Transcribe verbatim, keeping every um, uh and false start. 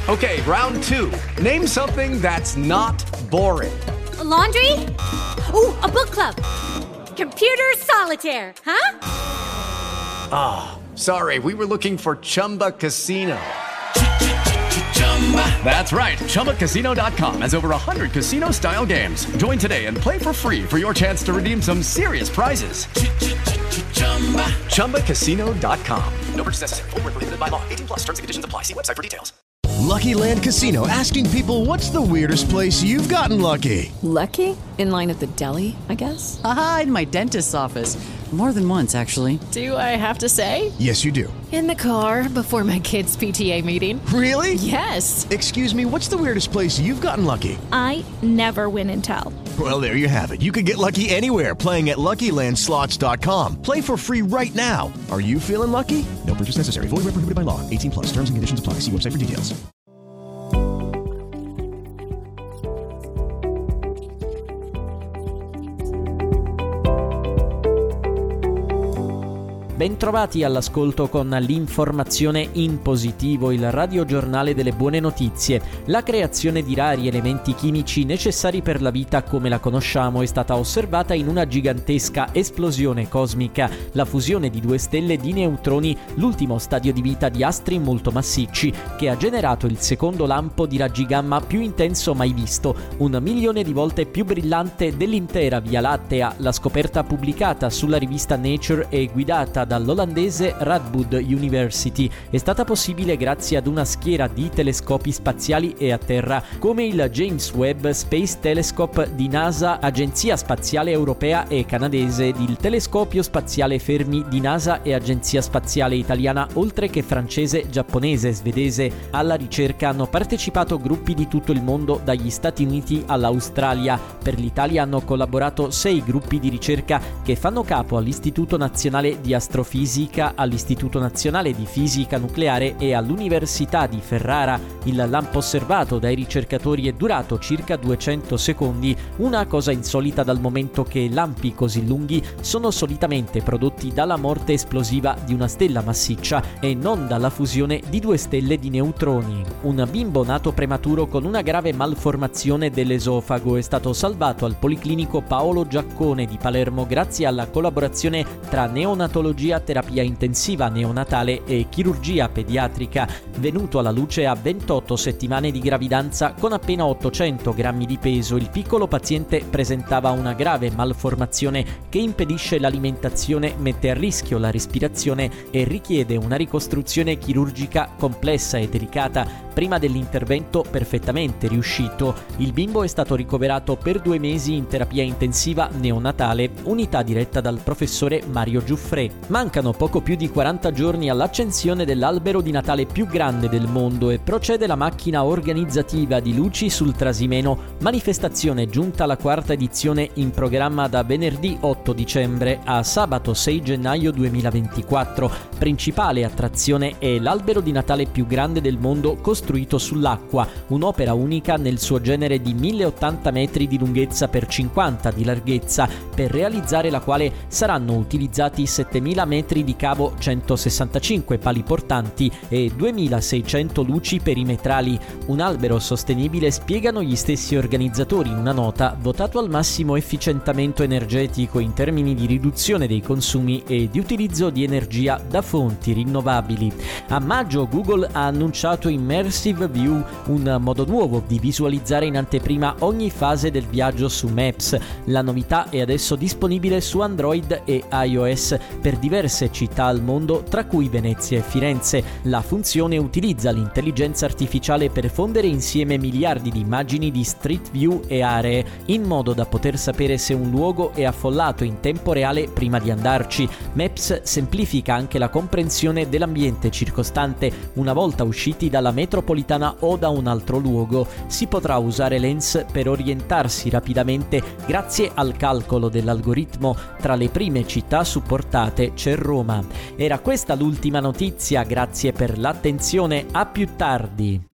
Okay, round two. Name something that's not boring. A laundry? Ooh, a book club. Computer solitaire, huh? Ah, oh, sorry, we were looking for Chumba Casino. That's right, Chumba Casino dot com has over one hundred casino-style games. Join today and play for free for your chance to redeem some serious prizes. Chumba Casino dot com. No purchase necessary. Void where prohibited by law. eighteen plus terms and conditions apply. See website for details. Lucky Land Casino, asking people, what's the weirdest place you've gotten lucky? Lucky? In line at the deli, I guess? Aha, in my dentist's office. More than once, actually. Do I have to say? Yes, you do. In the car before my kids' P T A meeting. Really? Yes. Excuse me, what's the weirdest place you've gotten lucky? I never win and tell. Well, there you have it. You can get lucky anywhere, playing at Lucky Land Slots dot com. Play for free right now. Are you feeling lucky? No purchase necessary. Void where prohibited by law. eighteen plus. Terms and conditions apply. See website for details. Bentrovati all'ascolto con l'informazione in positivo, il radiogiornale delle buone notizie. La creazione di rari elementi chimici necessari per la vita come la conosciamo è stata osservata in una gigantesca esplosione cosmica, la fusione di due stelle di neutroni, l'ultimo stadio di vita di astri molto massicci, che ha generato il secondo lampo di raggi gamma più intenso mai visto, un milione di volte più brillante dell'intera Via Lattea. La scoperta pubblicata sulla rivista Nature e guidata dall'olandese Radboud University è stata possibile grazie ad una schiera di telescopi spaziali e a terra come il James Webb Space Telescope di NASA, Agenzia Spaziale Europea e Canadese, il Telescopio Spaziale Fermi di NASA e Agenzia Spaziale Italiana, oltre che francese, giapponese e svedese. Alla ricerca hanno partecipato gruppi di tutto il mondo, dagli Stati Uniti all'Australia. Per l'Italia hanno collaborato sei gruppi di ricerca che fanno capo all'Istituto Nazionale di Astrofisica, all'Istituto Nazionale di Fisica Nucleare e all'Università di Ferrara. Il lampo osservato dai ricercatori è durato circa duecento secondi, una cosa insolita dal momento che lampi così lunghi sono solitamente prodotti dalla morte esplosiva di una stella massiccia e non dalla fusione di due stelle di neutroni. Un bimbo nato prematuro con una grave malformazione dell'esofago è stato salvato al Policlinico Paolo Giaccone di Palermo grazie alla collaborazione tra neonatologia, terapia intensiva neonatale e chirurgia pediatrica. Venuto alla luce a ventotto settimane di gravidanza con appena ottocento grammi di peso, il piccolo paziente presentava una grave malformazione che impedisce l'alimentazione, mette a rischio la respirazione e richiede una ricostruzione chirurgica complessa e delicata. Prima dell'intervento perfettamente riuscito, il bimbo è stato ricoverato per due mesi in terapia intensiva neonatale, unità diretta dal professore Mario Giuffre. Mancano poco più di quaranta giorni all'accensione dell'albero di Natale più grande del mondo e procede la macchina organizzativa di Luci sul Trasimeno, manifestazione giunta alla quarta edizione in programma da venerdì otto dicembre a sabato sei gennaio duemilaventiquattro. Principale attrazione è l'albero di Natale più grande del mondo costruito sull'acqua, un'opera unica nel suo genere di mille ottanta metri di lunghezza per cinquanta di larghezza, per realizzare la quale saranno utilizzati settemila metri di cavo, centosessantacinque pali portanti e duemilaseicento luci perimetrali. Un albero sostenibile, spiegano gli stessi organizzatori in una nota, votato al massimo efficientamento energetico in termini di riduzione dei consumi e di utilizzo di energia da fonti rinnovabili. A maggio Google ha annunciato Immersive View, un modo nuovo di visualizzare in anteprima ogni fase del viaggio su Maps. La novità è adesso disponibile su Android e iOS per diverse città al mondo, tra cui Venezia e Firenze. La funzione utilizza l'intelligenza artificiale per fondere insieme miliardi di immagini di Street View e aree, in modo da poter sapere se un luogo è affollato in tempo reale prima di andarci. Maps semplifica anche la comprensione dell'ambiente circostante. Una volta usciti dalla metropolitana o da un altro luogo, si potrà usare Lens per orientarsi rapidamente grazie al calcolo dell'algoritmo. Tra le prime città supportate c'è Roma. Era questa l'ultima notizia, grazie per l'attenzione, a più tardi.